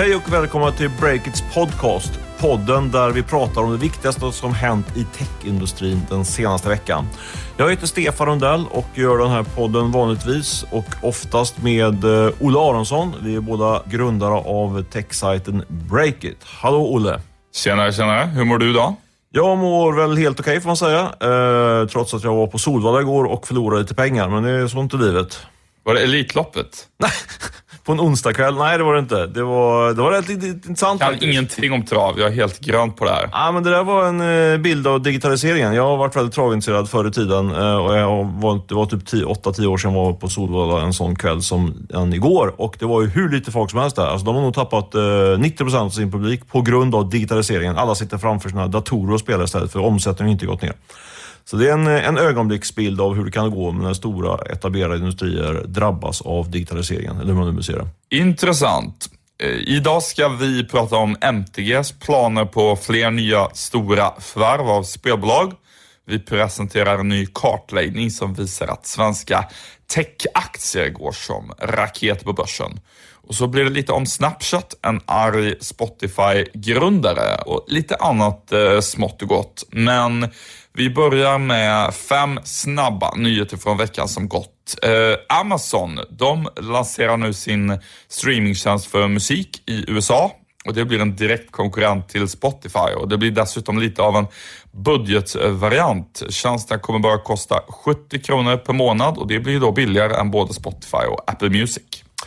Hej och välkomna till Breakits podcast. Podden där vi pratar om det viktigaste som hänt i techindustrin den senaste veckan. Jag heter Stefan Rundell och gör den här podden vanligtvis och oftast med Olle Aronsson. Vi är båda grundare av techsajten Breakit. Hallå Olle! Tjena. Hur mår du idag? Jag mår väl helt okej får man säga. Trots att jag var på Solvalla igår och förlorade lite pengar. Men det är så inte livet. Var det Elitloppet? Nej, på en onsdagkväll. Nej, det var det inte. Det var rätt intressant. Jag kan ingenting om trav. Jag är helt grönt på det här. Ja, men det där var en bild av digitaliseringen. Jag har varit väldigt travintresserad förr i tiden. Och det var typ 8-10 år sedan jag var på Solvalla en sån kväll som en igår. Och det var ju hur lite folk som helst där. Alltså, de har nog tappat 90% av sin publik på grund av digitaliseringen. Alla sitter framför sina datorer och spelar istället för omsättningen inte gått ner. Så det är en ögonblicksbild av hur det kan gå när stora etablerade industrier drabbas av digitaliseringen, eller hur man nu ser det. Intressant. Idag ska vi prata om MTGs planer på fler nya stora förvärv av spelbolag. Vi presenterar en ny kartläggning som visar att svenska techaktier går som raket på börsen. Och så blir det lite om Snapchat, en arg Spotify-grundare och lite annat smått och gott. Men vi börjar med 5 snabba nyheter från veckan som gått. Amazon, de lanserar nu sin streamingtjänst för musik i USA. Och det blir en direkt konkurrent till Spotify. Och det blir dessutom lite av en budgetvariant. Tjänsten kommer bara kosta 70 kronor per månad. Och det blir då billigare än både Spotify och Apple Music.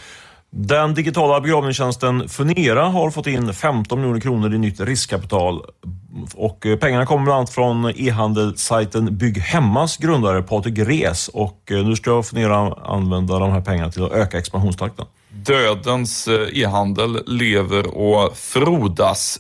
Den digitala begravningstjänsten Funera har fått in 15 miljoner kronor i nytt riskkapital. Och pengarna kommer bland annat från e-handelssajten Bygg Hemmas grundare Patrik Res. Och nu ska Funera använda de här pengarna till att öka expansionstakten. Dödens e-handel lever och frodas.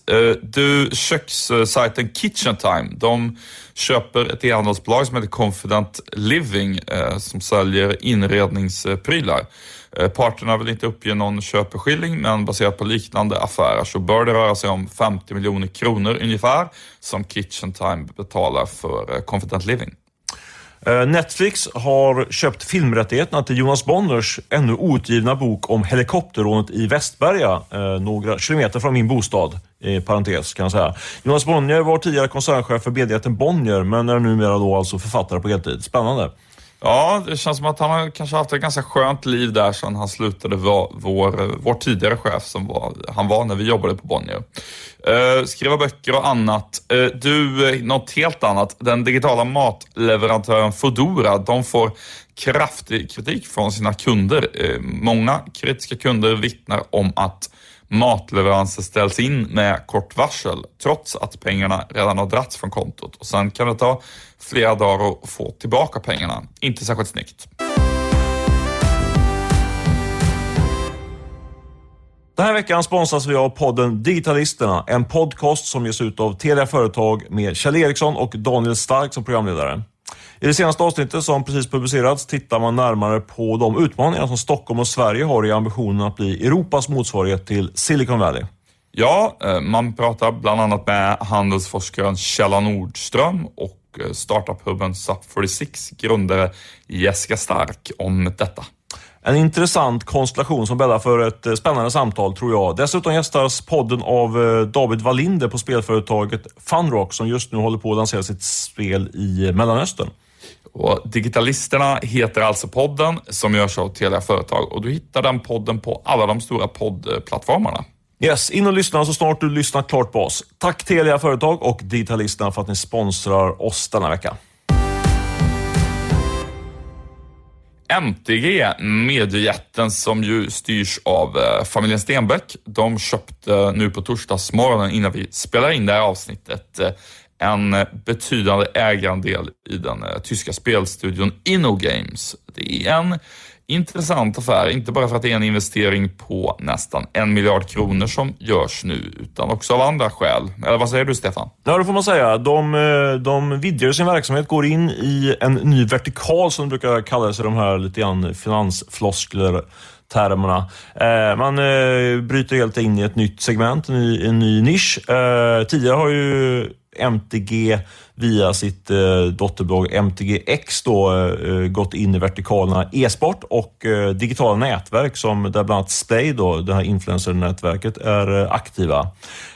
Kökssajten Kitchen Time, de köper ett e-handelsbolag som heter Confident Living som säljer inredningsprylar. Parterna vill inte uppge någon köpeskilling, men baserat på liknande affärer så bör det röra sig om 50 miljoner kronor ungefär som Kitchen Time betalar för Confident Living. Netflix har köpt filmrättigheterna till Jonas Bonners ännu outgivna bok om helikopterrånet i Västberga, några kilometer från min bostad, i parentes kan jag säga. Jonas Bonnier var tidigare koncernchef för BD-jätten Bonnier, men är numera då alltså författare på heltid. Spännande. Ja, det känns som att han har kanske haft ett ganska skönt liv där sedan han slutade vår tidigare chef som han var när vi jobbade på Bonnier. Skriva böcker och annat. Något helt annat. Den digitala matleverantören Foodora, de får kraftig kritik från sina kunder. Många kritiska kunder vittnar om att matleveranser ställs in med kort varsel trots att pengarna redan har dragits från kontot. Och sen kan det ta flera dagar att få tillbaka pengarna. Inte särskilt snyggt. Den här veckan sponsras vi av podden Digitalisterna, en podcast som ges ut av Telia Företag med Kjell Eriksson och Daniel Stark som programledare. I det senaste avsnittet som precis publicerats tittar man närmare på de utmaningar som Stockholm och Sverige har i ambitionen att bli Europas motsvarighet till Silicon Valley. Ja, man pratar bland annat med handelsforskaren Kjell Nordström och startup-hubben SUP46 grundare Jessica Stark om detta. En intressant konstellation som bäddar för ett spännande samtal tror jag. Dessutom gästas podden av David Wallinder på spelföretaget Funrock som just nu håller på att lansera sitt spel i Mellanöstern. Och Digitalisterna heter alltså podden som görs av Telia Företag och du hittar den podden på alla de stora poddplattformarna. Yes, in och lyssna så snart du lyssnat klart på oss. Tack Telia Företag och Digitalisterna för att ni sponsrar oss denna vecka. MTG, mediejätten som ju styrs av familjen Stenbeck, de köpte nu på torsdagsmorgonen innan vi spelar in det här avsnittet en betydande ägarandel i den tyska spelstudion InnoGames. Det är en intressant affär, inte bara för att det är en investering på nästan 1 miljard kronor som görs nu, utan också av andra skäl. Eller vad säger du, Stefan? Ja, det får man säga. De vidgar sin verksamhet, går in i en ny vertikal som brukar kallas de här lite grann finansfloskler-termerna. Man bryter helt in i ett nytt segment, en ny nisch. Tidigare har ju MTG via sitt dotterbolag MTGX då gått in i vertikalerna e-sport och digitala nätverk som där bland annat Splay då, det här influencer-nätverket, är aktiva.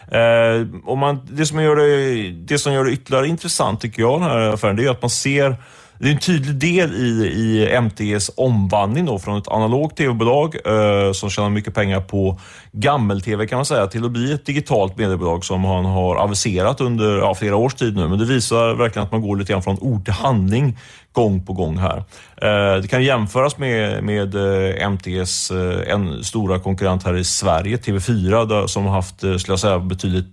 Det som gör det ytterligare intressant tycker jag den här affären, det är att man ser. Det är en tydlig del i MTGs omvandling då, från ett analogt tv-bolag som tjänar mycket pengar på gammel-tv kan man säga, till att bli ett digitalt mediebolag som han har aviserat under flera års tid nu. Men det visar verkligen att man går lite grann från ord till handling gång på gång här. Det kan jämföras med MTGs en stora konkurrent här i Sverige, TV4, där, som har haft, skulle jag säga,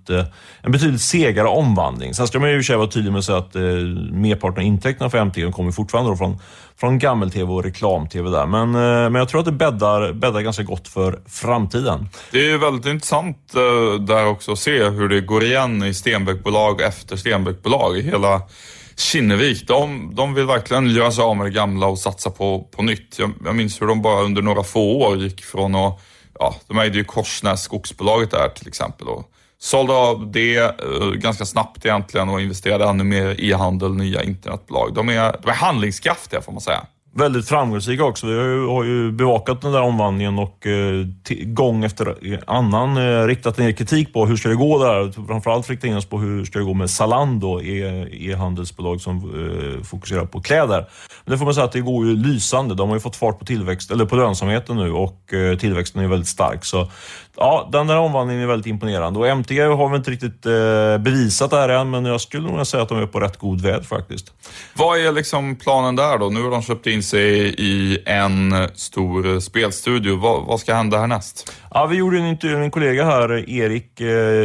en betydligt segare omvandling. Sen ska man ju vara tydlig med att säga att merparten av intäkterna för MTG kommer fortfarande då från gammel-tv och reklam-tv där. Men jag tror att det bäddar ganska gott för framtiden. Det är ju väldigt intressant där också att se hur det går igen i Stenbeckbolag efter Stenbeckbolag. Hela Kinnevik, de vill verkligen göra sig av med det gamla och satsa på nytt. Jag minns hur de bara under några få år gick från att, de ägde ju Korsnäs skogsbolaget där till exempel, och sålde av det ganska snabbt egentligen och investerade ännu mer i e-handel, nya internetbolag. De är handlingskraftiga får man säga. Väldigt framgångsrika också. Vi har ju bevakat den där omvandlingen och gång efter annan riktat ner kritik på hur ska det gå där. Framförallt riktat in oss på hur ska det gå med Zalando, e-handelsbolag som fokuserar på kläder. Men det får man säga att det går ju lysande. De har ju fått fart på tillväxt, eller på lönsamheten nu, och tillväxten är väldigt stark. Så ja, den där omvandlingen är väldigt imponerande. Och MTG har väl inte riktigt bevisat det här än, men jag skulle nog säga att de är på rätt god väg faktiskt. Vad är liksom planen där då? Nu har de köpt in sig i en stor spelstudio. Vad ska hända härnäst? Ja, vi gjorde en intervju med en kollega här, Erik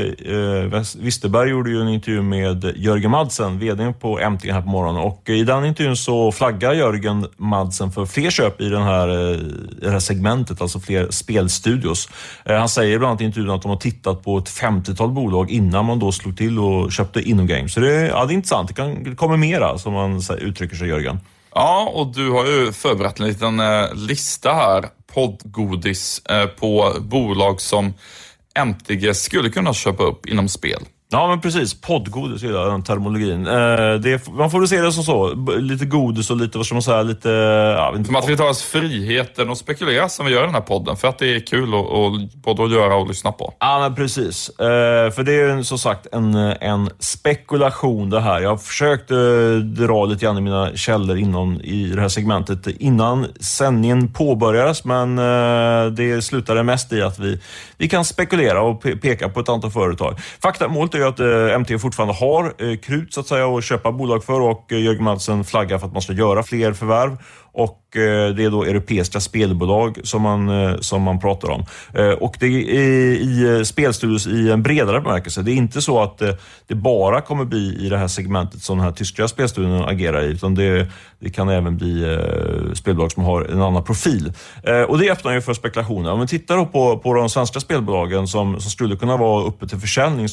Wisterberg, gjorde ju en intervju med Jörgen Madsen, vd på MTG här på morgonen. Och i den intervjun så flaggar Jörgen Madsen för fler köp i det här segmentet, alltså fler spelstudios. Han säger bland annat i intervjun att de har tittat på ett 50-tal bolag innan man då slog till och köpte InnoGames. Så det är intressant, det kommer mera, som man uttrycker sig, Jörgen. Ja, och du har ju förberett en liten lista här, poddgodis, på bolag som MTG skulle kunna köpa upp inom spel. Ja, men precis. Poddgodis, den terminologin. Man får väl se det som så. Lite godis och lite, vad ska man säga, lite... Som att vi tar oss friheten och spekulerar som vi gör i den här podden. För att det är kul att både att göra och lyssna på. Ja, men precis. För det är ju som sagt en spekulation det här. Jag har försökt dra lite grann i mina källor i det här segmentet innan sändningen påbörjades. Men det slutade mest i att vi kan spekulera och peka på ett antal företag. Faktamålet är att MTG fortfarande har krut så att säga att köpa bolag för, och Jörgen Madsen flaggar för att man ska göra fler förvärv, och det är då europeiska spelbolag som man pratar om. Och det är i spelstudios i en bredare bemärkelse. Det är inte så att det bara kommer bli i det här segmentet som den här tyska spelstudion agerar i, utan det kan även bli spelbolag som har en annan profil. Och det öppnar ju för spekulationer. Om vi tittar då på de svenska spelbolagen som skulle kunna vara uppe till försäljning,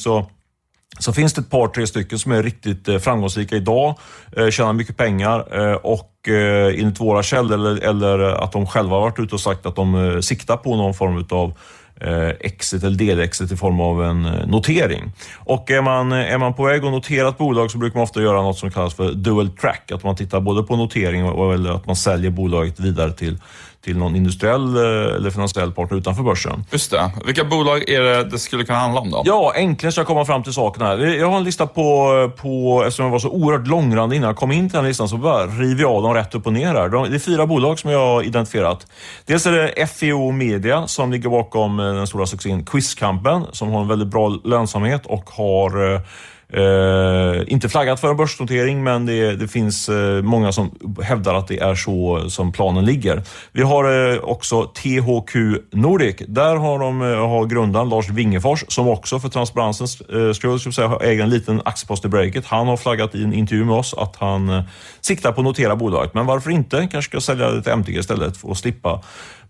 så finns det ett par, tre stycken som är riktigt framgångsrika idag, tjänar mycket pengar och enligt våra källor eller att de själva har varit ute och sagt att de siktar på någon form av exit eller delexit i form av en notering. Och är man på väg att notera ett bolag så brukar man ofta göra något som kallas för dual track, att man tittar både på notering eller att man säljer bolaget vidare till någon industriell eller finansiell partner utanför börsen. Just det. Vilka bolag är det skulle kunna handla om då? Ja, enklast jag komma fram till saken här. Jag har en lista på eftersom jag var så oerhört långrandig innan jag kom in till den listan, så bara river jag av dem rätt upp och ner här. Det är 4 bolag som jag har identifierat. Dels är det FEO Media som ligger bakom den stora succén Quizkampen, som har en väldigt bra lönsamhet och har inte flaggat för en börsnotering, men det finns många som hävdar att det är så som planen ligger. Vi har också THQ Nordic. Där har grundaren Lars Wingefors, som också för transparensens skull äger en liten aktiepost i breaket. Han har flaggat i en intervju med oss att han siktar på att notera bolaget. Men varför inte? Kanske ska sälja det till MTG istället för att slippa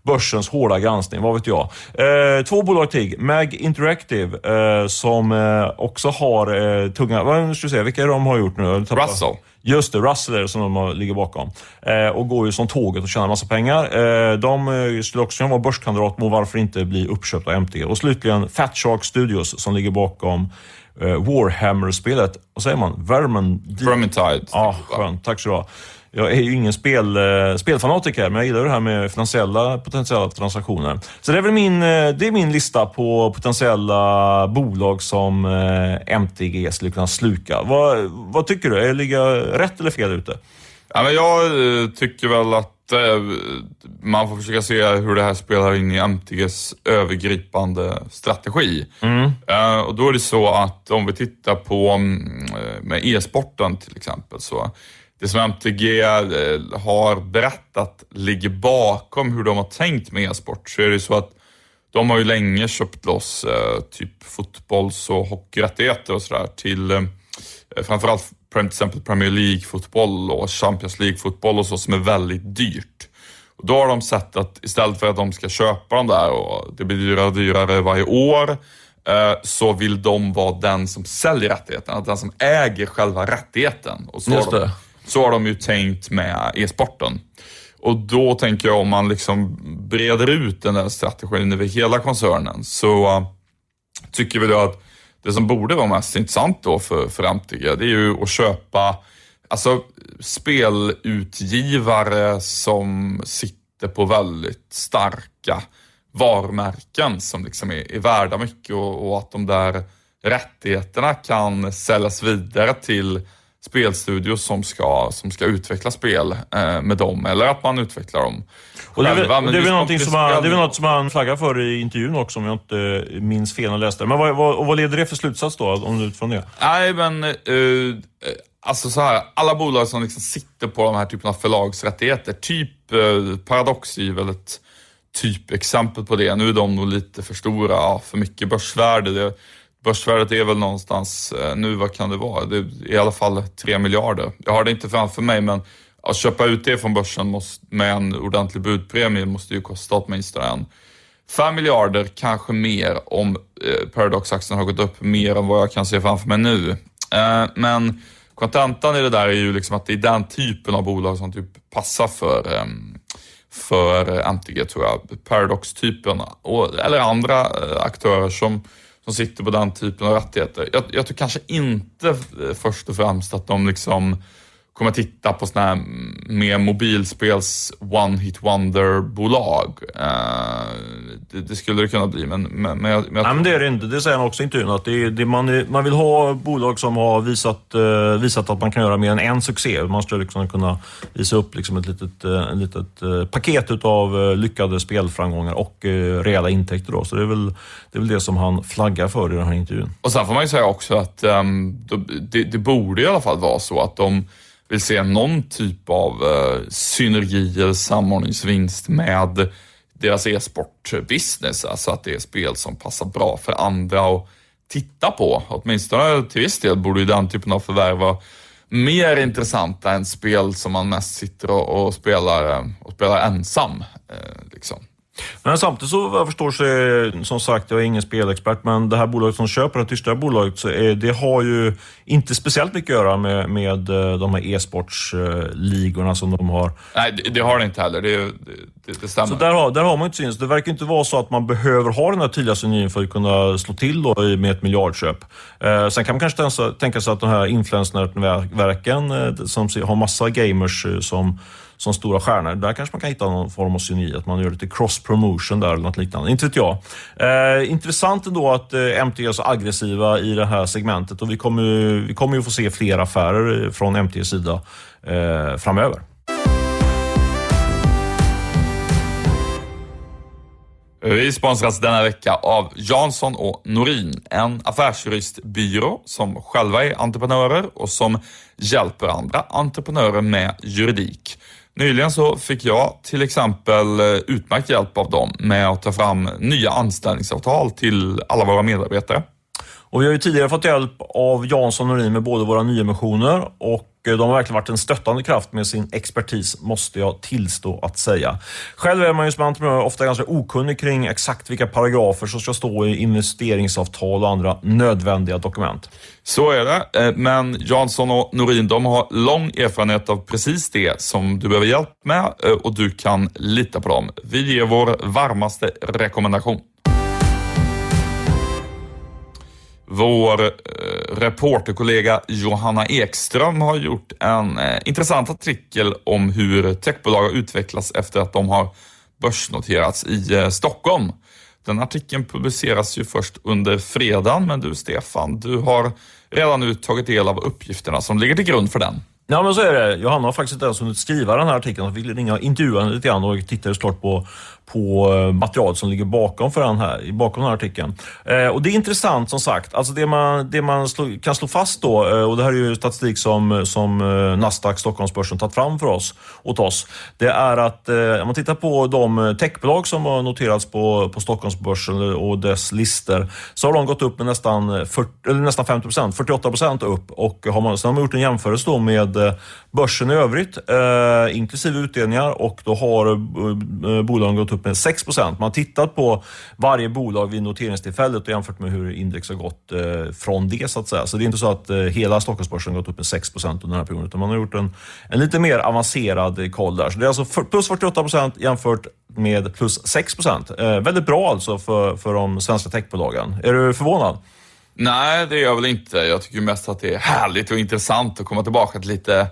börsens hårda granskning, vad vet jag. 2 bolag till. Mag Interactive som också har tunga... Vad ska jag säga? Vilka är de har gjort nu? Russell. Just det, Russell är det som de ligger bakom. Och går ju som tåget och tjänar massa pengar. De skulle också vara börskandidat, men varför inte bli uppköpt av MTG. Och slutligen Fat Shark Studios som ligger bakom Warhammer-spelet. Vad säger man? Vermintide. Ja, skönt. Tack så du ha. Jag är ju ingen spelfanatiker, men jag gillar det här med potentiella transaktioner. Så det är väl min lista på potentiella bolag som MTG skulle kunna sluka. Vad tycker du? Är ligga rätt eller fel ute? Ja, men jag tycker väl att man får försöka se hur det här spelar in i MTGs övergripande strategi. Och då är det så att om vi tittar på med e-sporten till exempel, så det som MTG har berättat ligger bakom hur de har tänkt med e-sport, så är det så att de har ju länge köpt loss typ fotbolls- och hockeyrättigheter och sådär till framförallt till exempel Premier League-fotboll och Champions League-fotboll och så, som är väldigt dyrt. Och då har de sett att istället för att de ska köpa dem där och det blir dyrare och dyrare varje år, så vill de vara den som säljer rättigheten, den som äger själva rättigheten. Och så har de ju tänkt med e-sporten. Och då tänker jag, om man liksom breder ut den där strategin över hela koncernen, så tycker vi då att det som borde vara mest intressant då för MTG, det är ju att köpa spelutgivare som sitter på väldigt starka varumärken som liksom är värda mycket, och att de där rättigheterna kan säljas vidare till spelstudios som ska utveckla spel med dem, eller att man utvecklar dem. Och det är väl något som han flaggar för i intervjun också, om jag inte minns fel när jag läste. Men vad leder det för slutsats då, om du utifrån det? Nej, men alltså så här, alla bolag som liksom sitter på de här typen av förlagsrättigheter, typ Paradox är väl ett typexempel på det. Nu är de nog lite för stora, för mycket börsvärde. Börsvärdet är väl någonstans, nu vad kan det vara? Det är i alla fall 3 miljarder. Jag har det inte framför mig, men att köpa ut det från börsen med en ordentlig budpremie måste ju kosta åtminstone 5 miljarder, kanske mer, om Paradox-aktien har gått upp mer än vad jag kan se framför mig nu. Men kontentan i det där är ju liksom att det är den typen av bolag som typ passar för MTG, tror jag. Paradox-typen eller andra aktörer som sitter på den typen av rättigheter. Jag tror kanske inte först och främst att de liksom kommer titta på såna här mer mobilspels one-hit wonder-bolag. Det skulle det kunna bli, men nej, men det är det inte. Det säger han också inte, att man vill ha bolag som har visat att man kan göra mer än en succé. Man skulle liksom kunna visa upp liksom ett litet paket av lyckade spelframgångar och reella intäkter då. Så det är väl det som han flaggar för i den här intervjun. Och sen får man ju säga också att det borde i alla fall vara så att de vill se någon typ av synergi eller samordningsvinst med deras e-sport-business. Alltså att det är spel som passar bra för andra att titta på. Åtminstone till viss del borde ju den typen av förvärv vara mer intressanta än spel som man mest sitter och spelar ensam. Liksom. Men samtidigt så vad jag förstår så är, som sagt, jag är ingen spelexpert, men det här bolaget som köper det tyska bolaget, så det har ju inte speciellt mycket att göra med de här e-sportsligorna som de har. Nej, det har det inte heller. Det stämmer. Så där har man inte syns. Det verkar inte vara så att man behöver ha den här tydliga synergin för att kunna slå till då med ett miljardköp. Sen kan man kanske tänka sig att de här influencer-nätverken som har massa gamers som stora stjärnor, där kanske man kan hitta någon form av synergi, att man gör lite cross-promotion där eller något liknande. Inte vet jag. Intressant ändå att MTG är så aggressiva i det här segmentet, och vi kommer ju få se fler affärer från MTGs sida framöver. Vi sponsras denna vecka av Jansson och Norin, en affärsjuristbyrå som själva är entreprenörer och som hjälper andra entreprenörer med juridik. Nyligen så fick jag till exempel utmärkt hjälp av dem med att ta fram nya anställningsavtal till alla våra medarbetare. Och vi har ju tidigare fått hjälp av Jansson Norin med både våra nyemissioner och de har verkligen varit en stöttande kraft med sin expertis, måste jag tillstå att säga. Själv är man ju som entreprenör ofta ganska okunnig kring exakt vilka paragrafer som ska stå i investeringsavtal och andra nödvändiga dokument. Så är det, men Jansson och Norin, de har lång erfarenhet av precis det som du behöver hjälp med och du kan lita på dem. Vi ger vår varmaste rekommendation. Vår reporterkollega Johanna Ekström har gjort en intressant artikel om hur techbolag har utvecklats efter att de har börsnoterats i Stockholm. Den artikeln publiceras ju först under fredagen, men du Stefan, du har redan nu tagit del av uppgifterna som ligger till grund för den. Ja, men så är det. Johanna har faktiskt inte ens hunnit skriva den här artikeln. Jag fick ringa och intervjua henne lite grann och tittade såklart på material som ligger bakom den här artikeln. Och det är intressant som sagt. Alltså det man kan slå fast då, och det här är ju statistik som Nasdaq Stockholmsbörsen tagit fram åt oss. Det är att om man tittar på de techbolag som har noterats på Stockholmsbörsen och dess lister, så har de gått upp med nästan 50%, 48% upp, och sen har man gjort en jämförelse då med börsen i övrigt, inklusive utdelningar, och då har bolagen gått upp med 6%. Man har tittat på varje bolag vid noteringstillfället och jämfört med hur index har gått från det, så att säga. Så det är inte så att hela Stockholmsbörsen har gått upp med 6% under den här perioden, utan man har gjort en lite mer avancerad koll där. Så det är alltså plus 48% jämfört med plus 6%. Väldigt bra alltså för de svenska techbolagen. Är du förvånad? Nej, det är jag väl inte. Jag tycker mest att det är härligt och intressant att komma tillbaka till lite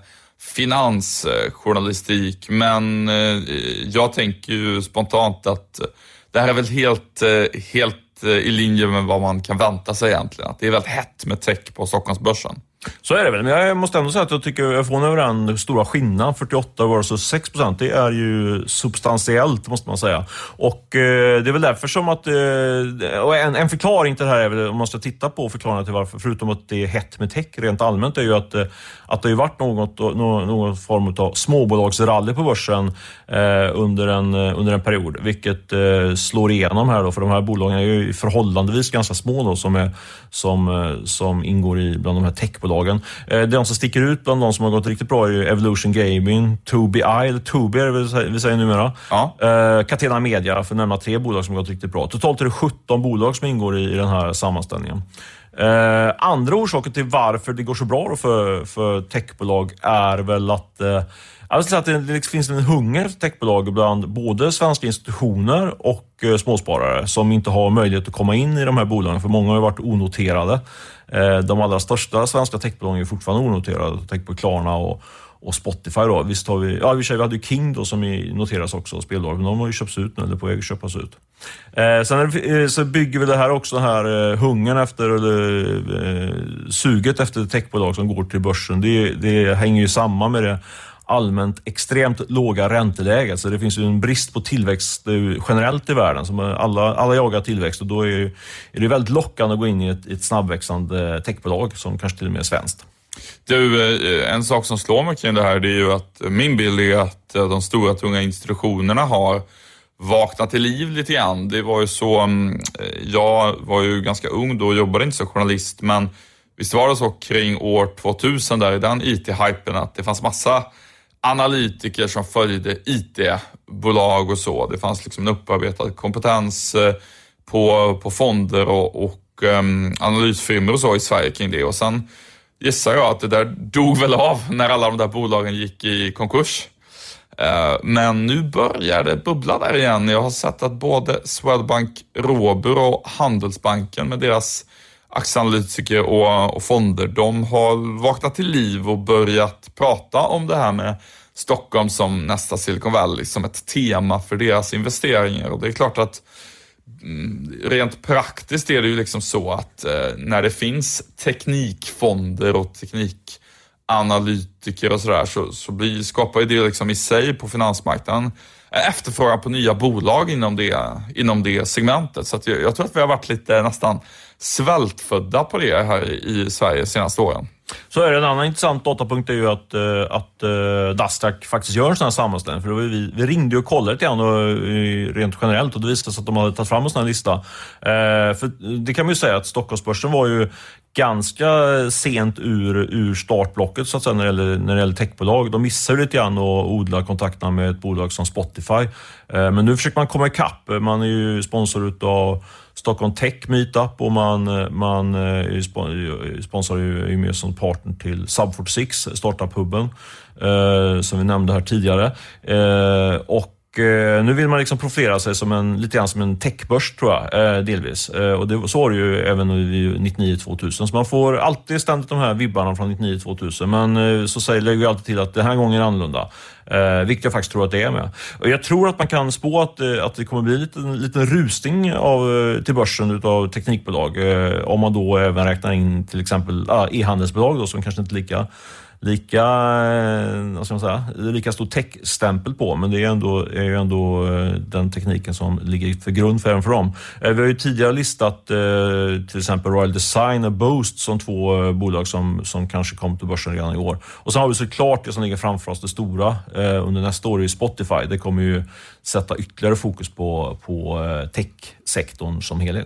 finansjournalistik. Men jag tänker ju spontant att det här är väl helt i linje med vad man kan vänta sig egentligen. Att det är väldigt hett med tech på Stockholmsbörsen. Så är det väl, men jag måste ändå säga att jag tycker jag får över den stora skillnaden, 48 versus 6%, det är ju substantiellt, måste man säga. Och det är väl därför som att, och en förklaring till det här är väl, om man ska titta på förklaringen till varför, förutom att det är hett med tech rent allmänt, är ju att det har ju varit någon form av småbolagsrally på börsen under en period, vilket slår igenom här då, för de här bolagen är ju förhållandevis ganska små då, som ingår i bland de här techbolagen. De som sticker ut bland de som har gått riktigt bra är ju Evolution Gaming, Tobii, eller Tobii vi säger numera, ja. Catena Media, för att nämna 3 bolag som har gått riktigt bra. Totalt är det 17 bolag som ingår i den här sammanställningen. Andra orsaker till varför det går så bra då för techbolag är väl att jag skulle säga att det finns en hunger för techbolag bland både svenska institutioner och småsparare som inte har möjlighet att komma in i de här bolagen, för många har ju varit onoterade. De allra största svenska techbolagen är fortfarande onoterade. Tänk på Klarna och Spotify då. Visst har vi hade ju King då som noteras också, spelbolag, men de har ju köpts ut nu, eller på väg att köpas ut. Så bygger vi det här också, den här hungern efter, eller suget efter techbolag som går till börsen. Det hänger ju samman med det allmänt extremt låga ränteläget. Så det finns ju en brist på tillväxt generellt i världen. Som alla jagar tillväxt, och då är det väldigt lockande att gå in i ett snabbväxande techbolag som kanske till och med är svenskt. Du, en sak som slår mig kring det här, det är ju att min bild är att de stora tunga institutionerna har vaknat till liv lite grann. Det var ju så, jag var ju ganska ung då och jobbade inte som journalist, men visst var det så kring år 2000 där i den IT-hypen att det fanns massa analytiker som följde IT-bolag och så. Det fanns liksom en upparbetad kompetens på fonder och analysfirmor och så i Sverige kring det. Och sen gissar jag att det där dog väl av när alla de där bolagen gick i konkurs. Men nu börjar det bubbla där igen. Jag har sett att både Swedbank Robur och Handelsbanken med deras aktieanalytiker och fonder, de har vaknat till liv och börjat prata om det här med Stockholm som nästa Silicon Valley, som ett tema för deras investeringar. Och det är klart att rent praktiskt är det ju liksom så att när det finns teknikfonder och teknikanalytiker och sådär, så skapar det liksom i sig på finansmarknaden efterfrågan på nya bolag inom det segmentet. Så att jag tror att vi har varit lite nästan svältfödda på det här i Sverige senaste åren. Så är det. En annan intressant datapunkt är ju att Dastak faktiskt gör en sån här sammanställning. För vi ringde och kollade lite grann rent generellt och det visade sig att de hade tagit fram en sån här lista. För det kan man ju säga att Stockholmsbörsen var ju ganska sent ur startblocket så att säga, när det gäller techbolag. De missar lite grann att odla kontakterna med ett bolag som Spotify. Men nu försöker man komma ikapp. Man är ju sponsor utav Stockholm Tech Meetup och man sponsrar ju med som partner till Sub46, startup-hubben, som vi nämnde här tidigare. Och nu vill man liksom profilera sig lite grann som en techbörs tror jag, delvis. Och så var det ju även i 99-2000. Så man får alltid ständigt de här vibbarna från 99-2000. Men så lägger vi alltid till att den här gången är det annorlunda. Vilket jag faktiskt tror att det är med. Och jag tror att man kan spå att det kommer bli en liten rusning till börsen utav teknikbolag. Om man då även räknar in till exempel e-handelsbolag då, som kanske inte lika lika stor tech-stämpel på, men det är ju ändå den tekniken som ligger för grund för dem. Vi har ju tidigare listat till exempel Royal Design och Boost som två bolag som kanske kom till börsen redan i år. Och sen har vi såklart det som ligger framför oss, det stora under nästa år, är Spotify. Det kommer ju sätta ytterligare fokus på tech-sektorn som helhet.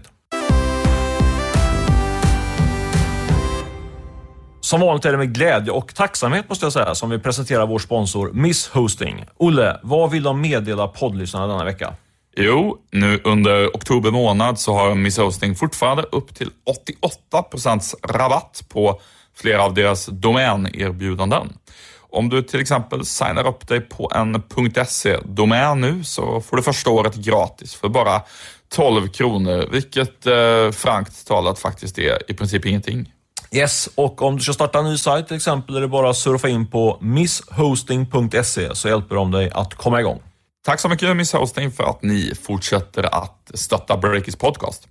Som vanligt är det med glädje och tacksamhet måste jag säga som vi presenterar vår sponsor Miss Hosting. Olle, vad vill de meddela poddlyssnarna denna vecka? Jo, nu under oktober månad så har Miss Hosting fortfarande upp till 88% rabatt på flera av deras domänerbjudanden. Om du till exempel signar upp dig på en .se-domän nu så får du första året gratis för bara 12 kronor, vilket frankt talat faktiskt är i princip ingenting. Yes, och om du ska starta en ny sajt till exempel är det bara att surfa in på misshosting.se så hjälper de dig att komma igång. Tack så mycket Miss Hosting för att ni fortsätter att stötta Breakits podcast.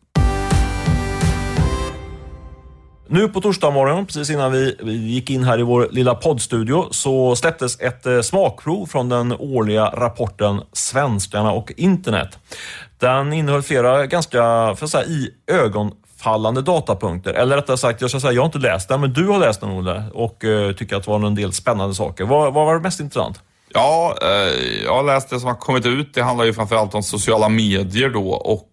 Nu på torsdag morgon, precis innan vi gick in här i vår lilla poddstudio, så släpptes ett smakprov från den årliga rapporten Svenskarna och internet. Den innehöll flera ganska iögonfallande datapunkter. Eller rättare sagt, jag har inte läst den, men du har läst den, Olle, och tycker att det var en del spännande saker. Vad var det mest intressant? Ja, jag har läst det som har kommit ut. Det handlar ju framförallt om sociala medier då och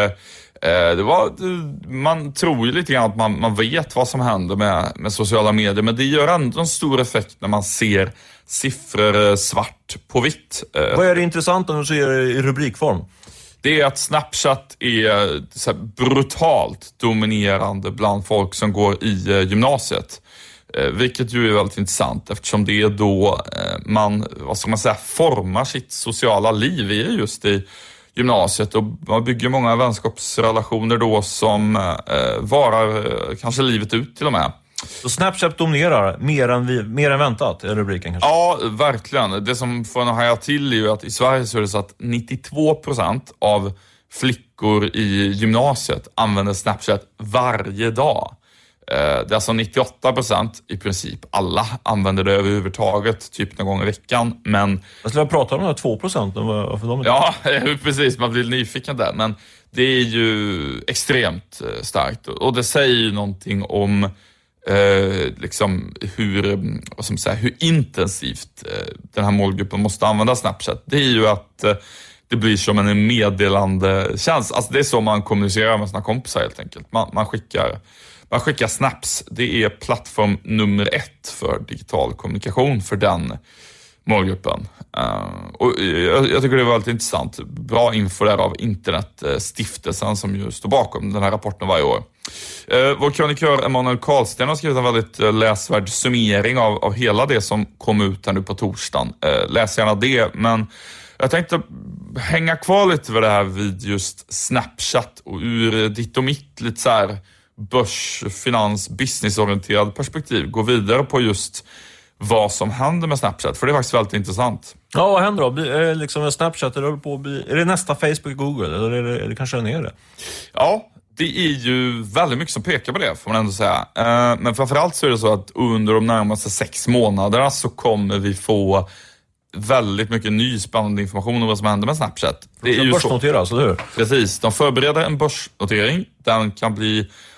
man tror ju lite grann att man vet vad som händer med sociala medier, men det gör ändå en stor effekt när man ser siffror svart på vitt. Vad är det intressant om du ser det i rubrikform? Det är att Snapchat är så här brutalt dominerande bland folk som går i gymnasiet. Vilket ju är väldigt intressant eftersom det är då man formar sitt sociala liv just i gymnasiet, och man bygger många vänskapsrelationer då som varar kanske livet ut till och med. Så Snapchat dominerar mer än väntat, är rubriken kanske? Ja, verkligen. Det som får en att haja till är ju att i Sverige så är det så att 92% av flickor i gymnasiet använder Snapchat varje dag. Det är alltså 98% i princip. Alla använder det överhuvudtaget, typ någon gång i veckan. Men jag skulle prata om de här 2%. För dem ja, precis. Man blir nyfiken där. Men det är ju extremt starkt. Och det säger ju någonting om hur intensivt den här målgruppen måste använda Snapchat. Det är ju att det blir som en meddelande tjänst. Alltså det är så man kommunicerar med sina kompisar helt enkelt. Man skickar snaps. Det är plattform nummer 1 för digital kommunikation för den målgruppen. Och jag tycker det var väldigt intressant. Bra info där av Internetstiftelsen som ju står bakom den här rapporten varje år. Vår krönikör Emanuel Karlsten har skrivit en väldigt läsvärd summering av hela det som kom ut här nu på torsdagen. Läs gärna det, men jag tänkte hänga kvar lite vid det här vid just Snapchat och ur ditt och mitt lite så här börs-, finans-, businessorienterad perspektiv gå vidare på just vad som händer med Snapchat, för det är faktiskt väldigt intressant. Ja, vad händer då? Är Snapchat, är det nästa Facebook, Google, eller är det kanske det? Ja, det är ju väldigt mycket som pekar på det, får man ändå säga. Men framförallt så är det så att under de närmaste 6 månaderna så kommer vi få väldigt mycket ny spännande information om vad som händer med Snapchat. Det är ju börsnoteras, eller hur? Precis, de förbereder en börsnotering. Den kan bli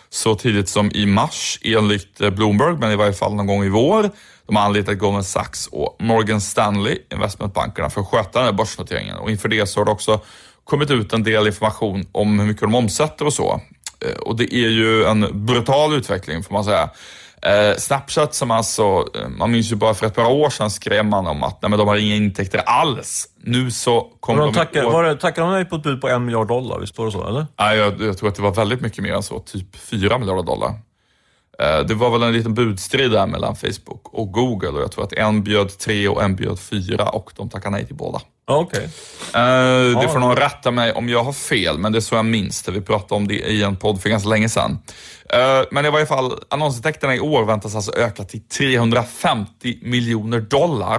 så tidigt som i mars enligt Bloomberg, men i varje fall någon gång i vår. De har anlitat Goldman Sachs och Morgan Stanley, investmentbankerna, för att sköta den här börsnoteringen. Och inför det så har det också kommit ut en del information om hur mycket de omsätter och så. Och det är ju en brutal utveckling, får man säga. Snapchat som alltså, man minns ju bara för ett par år sedan skrev man om att nej, men de har inga intäkter alls. Nu så kommer de... Tackar de dig på ett bud på $1 miljard, visst var det så, eller? Nej, jag tror att det var väldigt mycket mer än så, typ $4 miljarder. Det var väl en liten budstrid där mellan Facebook och Google, och jag tror att en bjöd 3 och en bjöd 4 och de tackar nej till båda. Okej. Det får någon rätta mig om jag har fel, men det är så jag minns det. Vi pratade om det i en podd för ganska länge sedan. Men i varje fall, annonsintäkterna i år väntas alltså öka till $350 miljoner.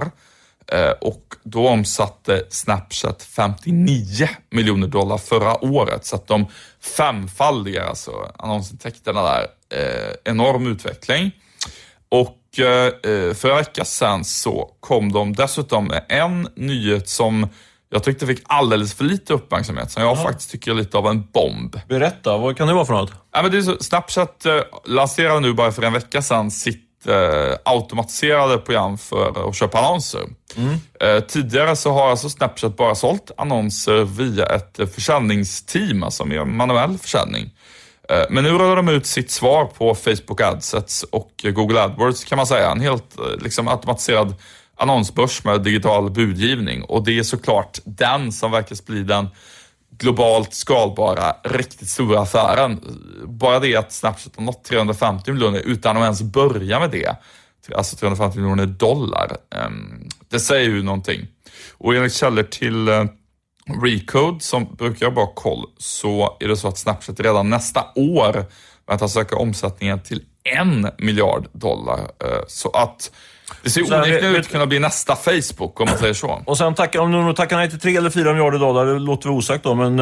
Och då omsatte Snapchat $59 miljoner förra året. Så att de femfaldigar alltså annonsintäkterna där. Enorm utveckling. Och för en vecka sedan så kom de dessutom med en nyhet som jag tyckte fick alldeles för lite uppmärksamhet, som jag faktiskt tycker är lite av en bomb. Berätta, vad kan det vara för något? Ja, men det är så, Snapchat lanserade nu bara för en vecka sedan sitt automatiserade program för att köpa annonser. Tidigare så har alltså Snapchat bara sålt annonser via ett försäljningsteam, alltså med manuell försäljning. Men nu rullar de ut sitt svar på Facebook AdSets och Google AdWords, kan man säga. En helt liksom automatiserad annonsbörs med digital budgivning. Och det är såklart den som verkar bli den globalt skalbara, riktigt stora affären. Bara det att Snapchat har nått 350 miljoner utan att ens börja med det. Alltså $350 miljoner. Det säger ju någonting. Och enligt källor till Recode, som brukar ha bra koll, så är det så att Snapchat redan nästa år väntas söka omsättningen till $1 miljard. Så att det ser onekligen ut att kunna bli nästa Facebook, om man säger så. Och sen om de tackar nej till $3 eller $4 miljarder, det låter vi osagt då, men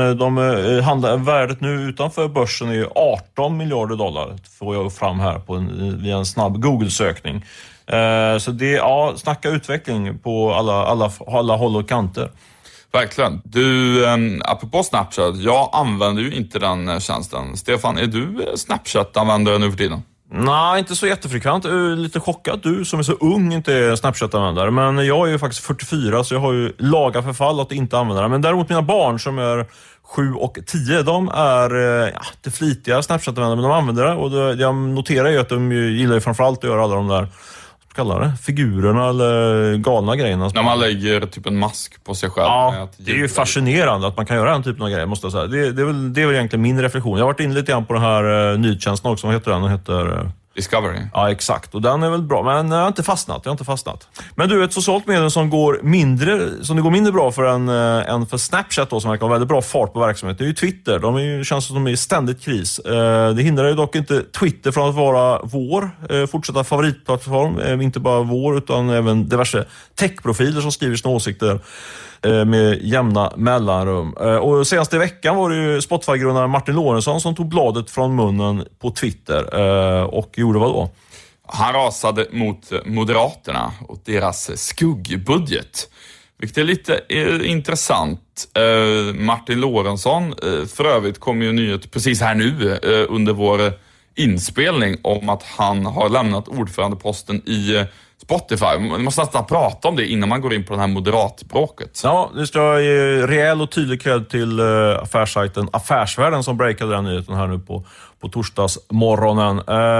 värdet nu utanför börsen är ju $18 miljarder, får jag fram här via en snabb Google-sökning. Så det, snacka utveckling på alla håll och kanter. Verkligen. Du, apropå Snapchat, jag använder ju inte den tjänsten. Stefan, är du Snapchat-användare nu för tiden? Nej, inte så jättefrekvent. Lite chockad, du som är så ung inte är Snapchat-användare. Men jag är ju faktiskt 44, så jag har ju laga förfall att inte använda det. Men däremot mina barn som är 7 och 10, de är det flitiga Snapchat-användare, men de använder det. Och jag noterar ju att de gillar ju framförallt att göra alla de där figurerna eller galna grejerna. När man lägger typ en mask på sig själv. Ja, det är ju fascinerande att man kan göra den typen av grejer, måste jag säga. Det är väl egentligen min reflektion. Jag har varit inne lite grann på den här nyhetstjänsten också. Vad heter den? Den heter Discovery. Ja, exakt. Och den är väl bra, men jag har inte fastnat. Men du, ett socialt medel som det går mindre bra för än för Snapchat då, som verkar ha väldigt bra fart på verksamheten, det är ju Twitter. Känns som de är i ständigt kris. Det hindrar ju dock inte Twitter från att vara vår fortsatta favoritplattform. Inte bara vår, utan även diverse techprofiler som skriver sina åsikter med jämna mellanrum. Och senast i veckan var det ju Spotify-grundaren Martin Lorentzon som tog bladet från munnen på Twitter och gjorde vad då? Han rasade mot Moderaterna och deras skuggbudget, vilket är lite intressant. Martin Lorentzon, för övrigt kom ju en nyhet precis här nu under vår inspelning om att han har lämnat ordförandeposten i Spotify. Man måste nästan prata om det innan man går in på den här moderatbråket. Ja, det ska ge rejäl och tydlig cred till affärssajten Affärsvärlden som breakade den nyheten här nu på torsdagsmorgonen.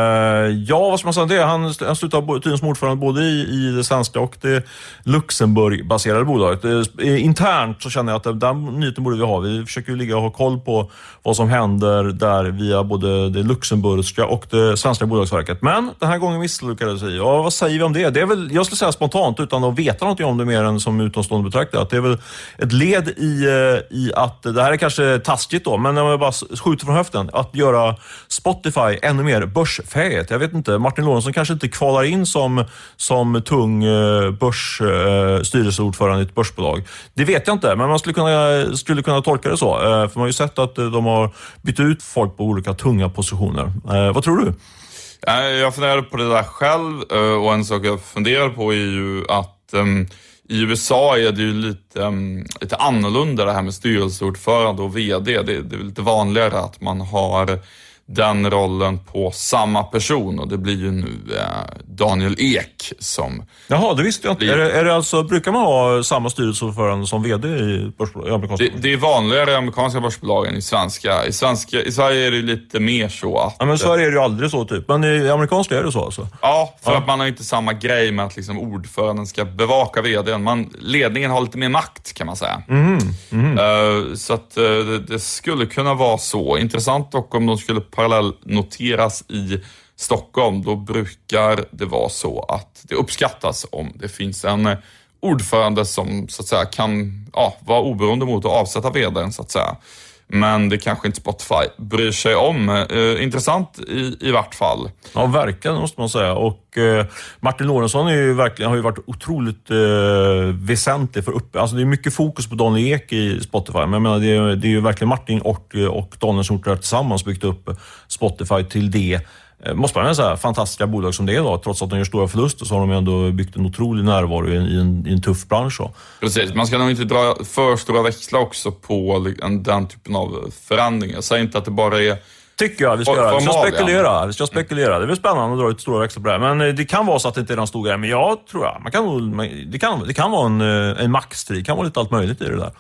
Vad ska man säga det? Han slutade tydligen som ordförande både i det svenska och det Luxemburg-baserade bolaget. Internt så känner jag att den nyheten borde vi ha. Vi försöker ju ligga och ha koll på vad som händer där via både det luxemburgska och det svenska bolagsverket. Men den här gången misslyckades vi. Ja, vad säger vi om det? Det är väl, jag skulle säga spontant utan att veta något om det mer än som utomstående betraktare, att det är väl ett led i att det här är kanske taskigt då, men när man bara skjuter från höften, att göra Spotify ännu mer börsfähigt. Jag vet inte, Martin Lorentzon kanske inte kvalar in som tung styrelseordförande i ett börsbolag. Det vet jag inte, men man skulle kunna tolka det så. För man har ju sett att de har bytt ut folk på olika tunga positioner. Vad tror du? Jag funderar på det där själv, och en sak jag funderar på är ju att i USA är det ju lite annorlunda det här med styrelseordförande och vd. Det är lite vanligare att man har den rollen på samma person, och det blir ju nu Daniel Ek som... Jaha, det visste jag inte. Är det alltså, brukar man ha samma styrelseordförande som vd i amerikanska? Det är vanligare i amerikanska börsbolag än i svenska. I Sverige är det lite mer så att... Ja, men i Sverige är det ju aldrig så typ. Men i amerikanska är det så alltså? Ja, för att man har inte samma grej med att liksom ordföranden ska bevaka vdn. Ledningen har lite mer makt, kan man säga. Så att det skulle kunna vara så. Intressant dock om de skulle parallellnoteras i Stockholm. Då brukar det vara så att det uppskattas om det finns en ordförande som så att säga kan vara oberoende mot att avsätta vdn, så att säga. Men det kanske inte Spotify bryr sig om. Intressant i vart fall. Ja, verkligen måste man säga. Och Martin Lorentzon har ju varit otroligt väsentlig för alltså det är mycket fokus på Daniel Ek i Spotify. Men jag menar, det är ju verkligen Martin och Daniel som tillsammans byggt upp Spotify till det. Måste man säga, fantastiska bolag som det är då. Trots att de gör stora förluster så har de ändå byggt en otrolig närvaro i en tuff bransch. Då. Precis, man ska nog inte dra för stora växlar också på den typen av förändringar. Jag säger inte att det bara är... Tycker jag vi ska göra. Vi ska spekulera. Det är väl spännande att dra ut stora växlar på det här. Men det kan vara så att det inte är den stora grejen. Men jag tror det kan vara en maxstrid. Det kan vara lite allt möjligt i det där.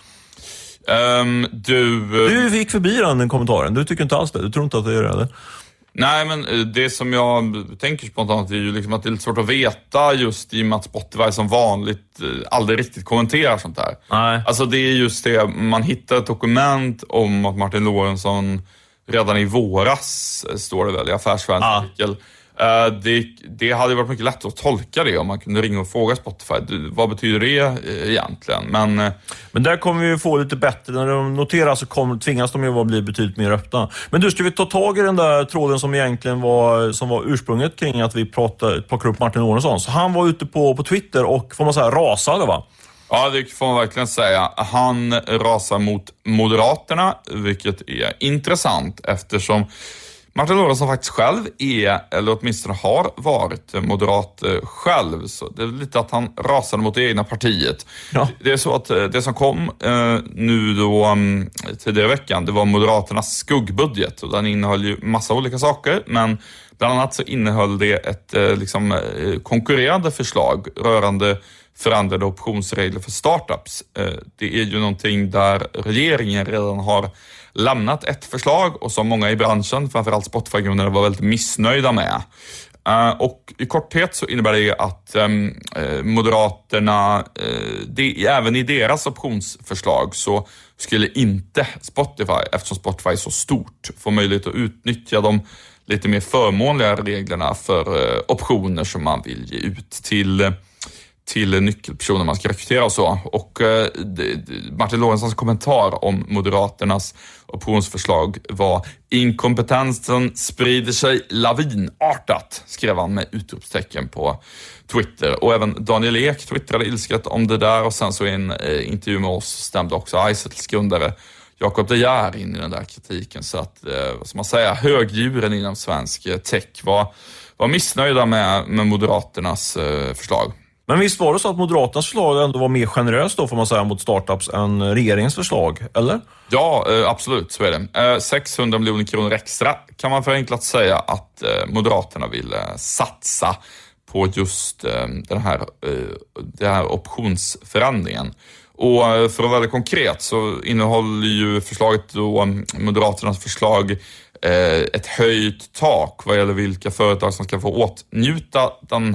Du gick förbi den kommentaren. Du tycker inte alls det. Du tror inte att det är det, eller? Nej, men det som jag tänker spontant är ju liksom att det är lite svårt att veta, just i och med att Spotify som vanligt aldrig riktigt kommenterar sånt här. Nej. Alltså det är just det, man hittar ett dokument om att Martin Lorentzon redan i våras, står det väl i Affärsvärldens artikel. Det hade varit mycket lättare att tolka det om man kunde ringa och fråga Spotify. Vad betyder det egentligen? Men där kommer vi få lite bättre. När de noterar så tvingas de ju att bli betydligt mer öppna. Men du, ska vi ta tag i den där tråden som egentligen var ursprunget kring att vi plockar upp Martin Lorentzon. Så han var ute på Twitter och, får man säga, rasade, va? Ja, det får man verkligen säga. Han rasar mot Moderaterna, vilket är intressant eftersom Martin Lorentzon faktiskt själv är, eller åtminstone har varit moderat själv. Så det är lite att han rasade mot det egna partiet. Ja. Det är så att det som kom nu då tidigare i veckan, det var Moderaternas skuggbudget. Och den innehöll ju massa olika saker, men bland annat så innehöll det ett konkurrerande förslag rörande förändrade optionsregler för startups. Det är ju någonting där regeringen redan har lämnat ett förslag och som många i branschen, framförallt Spotify-grundare, var väldigt missnöjda med. Och i korthet så innebär det att Moderaterna, även i deras optionsförslag så skulle inte Spotify, eftersom Spotify är så stort, få möjlighet att utnyttja de lite mer förmånliga reglerna för optioner som man vill ge ut till nyckelpersoner man ska rekrytera och så. Och Martin Lorentzons kommentar om Moderaternas optionsförslag var: inkompetensen sprider sig lavinartat, skrev han med utropstecken på Twitter. Och även Daniel Ek twittrade ilsket om det där, och sen så i en intervju med oss stämde också Izetls grundare Jakob De Geer in i den där kritiken. Så att, vad ska man säga, högdjuren inom svensk tech var missnöjda med Moderaternas förslag. Men visst var det så att Moderaternas förslag ändå var mer generöst då, får man säga, mot startups än regeringens förslag, eller? Ja, absolut, så är det. 600 miljoner kronor extra kan man förenklat säga att Moderaterna vill satsa på just den här optionsförändringen. Och för att vara väldigt konkret så innehåller ju förslaget då, Moderaternas förslag, ett höjt tak vad gäller vilka företag som ska få åtnjuta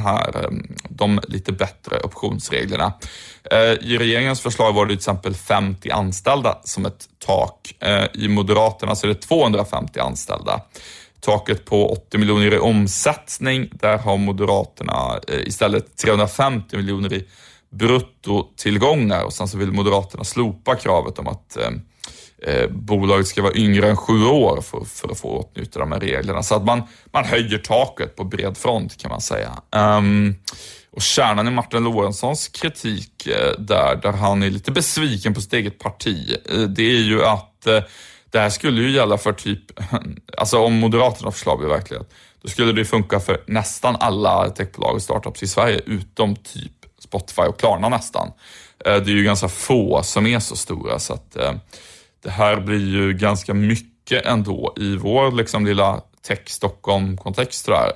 de lite bättre optionsreglerna. I regeringens förslag var det till exempel 50 anställda som ett tak. I Moderaterna så är det 250 anställda. Taket på 80 miljoner i omsättning, där har Moderaterna istället 350 miljoner i bruttotillgångar, och sen så vill Moderaterna slopa kravet om att bolaget ska vara yngre än 7 år för att få åtnjuta de här reglerna. Så att man höjer taket på bred front, kan man säga. Och kärnan i Martin Lorentzons kritik där han är lite besviken på sitt eget parti, det är ju att det här skulle ju gälla för typ, alltså om Moderaternas förslag blir verklighet, då skulle det funka för nästan alla techbolag och startups i Sverige, utom typ Spotify och Klarna nästan. Det är ju ganska få som är så stora, så att det här blir ju ganska mycket mycket ändå i vår liksom lilla Tech Stockholm-kontext där.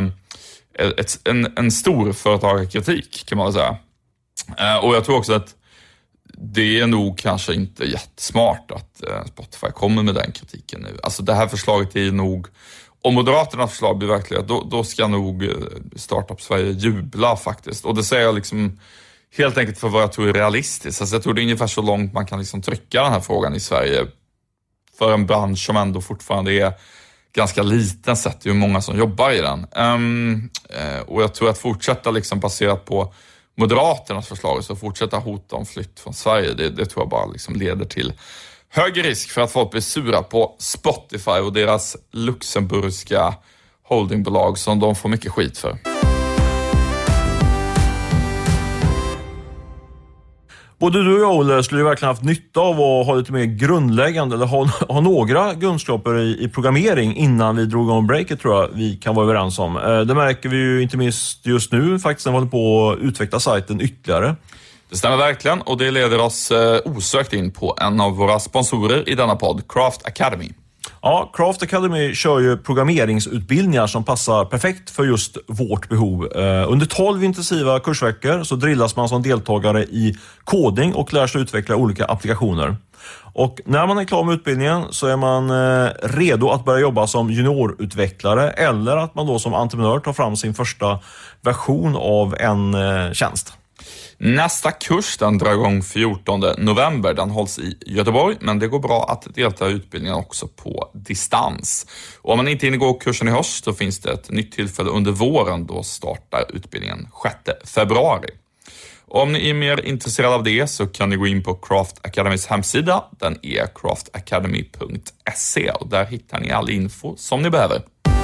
En stor företagarkritik kan man väl säga. Och jag tror också att det är nog kanske inte jättesmart att Spotify kommer med den kritiken nu. Alltså det här förslaget är nog, om Moderaternas förslag blir verklighet, då ska nog Startup Sverige jubla faktiskt. Och det säger jag liksom helt enkelt för vad jag tror är realistiskt. Alltså jag tror det är ungefär så långt man kan liksom trycka den här frågan i Sverige för en bransch som ändå fortfarande är ganska liten sett hur många som jobbar i den. Och jag tror att fortsätta liksom baserat på Moderaternas förslag, så fortsätta hota om flytt från Sverige, det tror jag bara liksom leder till hög risk för att folk blir sura på Spotify och deras luxemburgska holdingbolag som de får mycket skit för. Både du och jag, Olle, skulle ju verkligen haft nytta av att ha lite mer grundläggande, eller ha några kunskaper i programmering innan vi drog om breaket, tror jag vi kan vara överens om. Det märker vi ju inte minst just nu faktiskt när vi håller på att utveckla sajten ytterligare. Det stämmer verkligen, och det leder oss osökt in på en av våra sponsorer i denna podd, Craft Academy. Ja, Craft Academy kör ju programmeringsutbildningar som passar perfekt för just vårt behov. Under 12 intensiva kursveckor så drillas man som deltagare i koding och lär sig utveckla olika applikationer. Och när man är klar med utbildningen så är man redo att börja jobba som juniorutvecklare, eller att man då som entreprenör tar fram sin första version av en tjänst. Nästa kurs den drar igång 14 november. Den hålls i Göteborg, men det går bra att delta i utbildningen också på distans. Och om man inte hinner gå kursen i höst så finns det ett nytt tillfälle under våren. Då startar utbildningen 6 februari. Och om ni är mer intresserade av det så kan ni gå in på Craft Academys hemsida. Den är craftacademy.se och där hittar ni all info som ni behöver.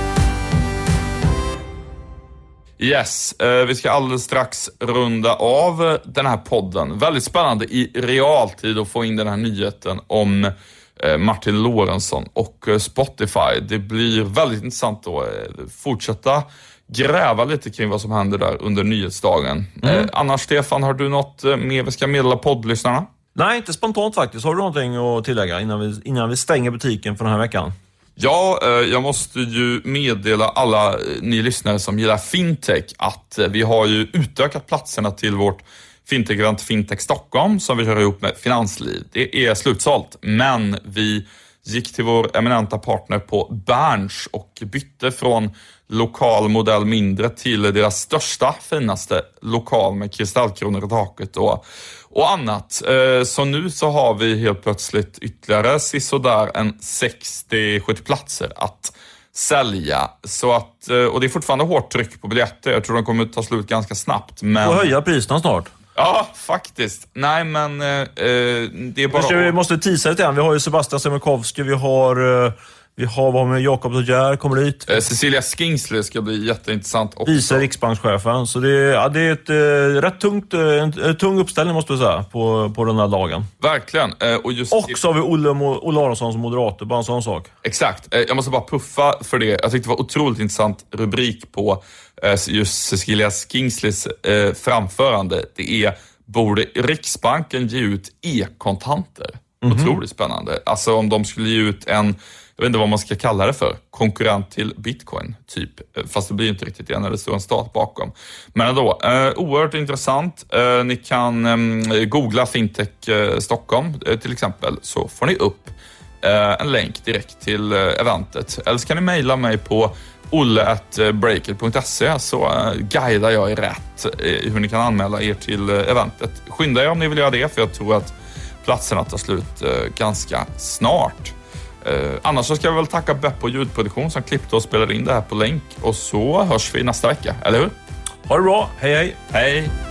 Yes, vi ska alldeles strax runda av den här podden. Väldigt spännande i realtid att få in den här nyheten om Martin Lorentzon och Spotify. Det blir väldigt intressant att fortsätta gräva lite kring vad som händer där under nyhetsdagen. Annars, Stefan, har du något mer vi ska meddela poddlyssnarna? Nej, inte spontant faktiskt. Har du någonting att tillägga innan vi stänger butiken för den här veckan? Ja, jag måste ju meddela alla ni lyssnare som gillar fintech att vi har ju utökat platserna till vårt fintech-event Fintech Stockholm som vi kör ihop med Finansliv. Det är slutsålt, men vi gick till vår eminenta partner på Berns och bytte från lokal modell mindre till deras största, finaste lokal med kristallkronor i taket och annat. Så nu så har vi helt plötsligt ytterligare sisådär en 60-70 platser att sälja. Så att, och det är fortfarande hårt tryck på biljetter. Jag tror de kommer ta slut ganska snabbt. Men... Och höja priserna snart. Ja, faktiskt. Nej, men det är bara... Vi måste teasa lite grann. Vi har ju Sebastian Semmelkowski, vi har vad med Jakob Dodjär kommer dit. Cecilia Skingsley ska bli jätteintressant också. Vice riksbankschefen. Så det är ett rätt tung uppställning måste jag säga på den här dagen. Verkligen. Och så har vi Olle Aronsson som moderator, bara en sån sak. Exakt. Jag måste bara puffa för det. Jag tyckte det var otroligt intressant rubrik på just Cecilia Skingsleys framförande. Det är: borde Riksbanken ge ut e-kontanter? Otroligt spännande. Alltså om de skulle ge ut en, jag vet inte vad man ska kalla det för, konkurrent till Bitcoin typ. Fast det blir inte riktigt det när det står en stat bakom. Men ändå, oerhört intressant. Ni kan googla Fintech Stockholm till exempel, så får ni upp en länk direkt till eventet. Eller så kan ni mejla mig på olle@breaker.se så guidar jag er rätt i hur ni kan anmäla er till eventet. Skynda er om ni vill göra det, för jag tror att platserna tar slut ganska snart. Annars så ska vi väl tacka Beppo ljudproduktion som klippte och spelade in det här på länk. Och så hörs vi nästa vecka, eller hur? Ha det bra, hej hej! Hej!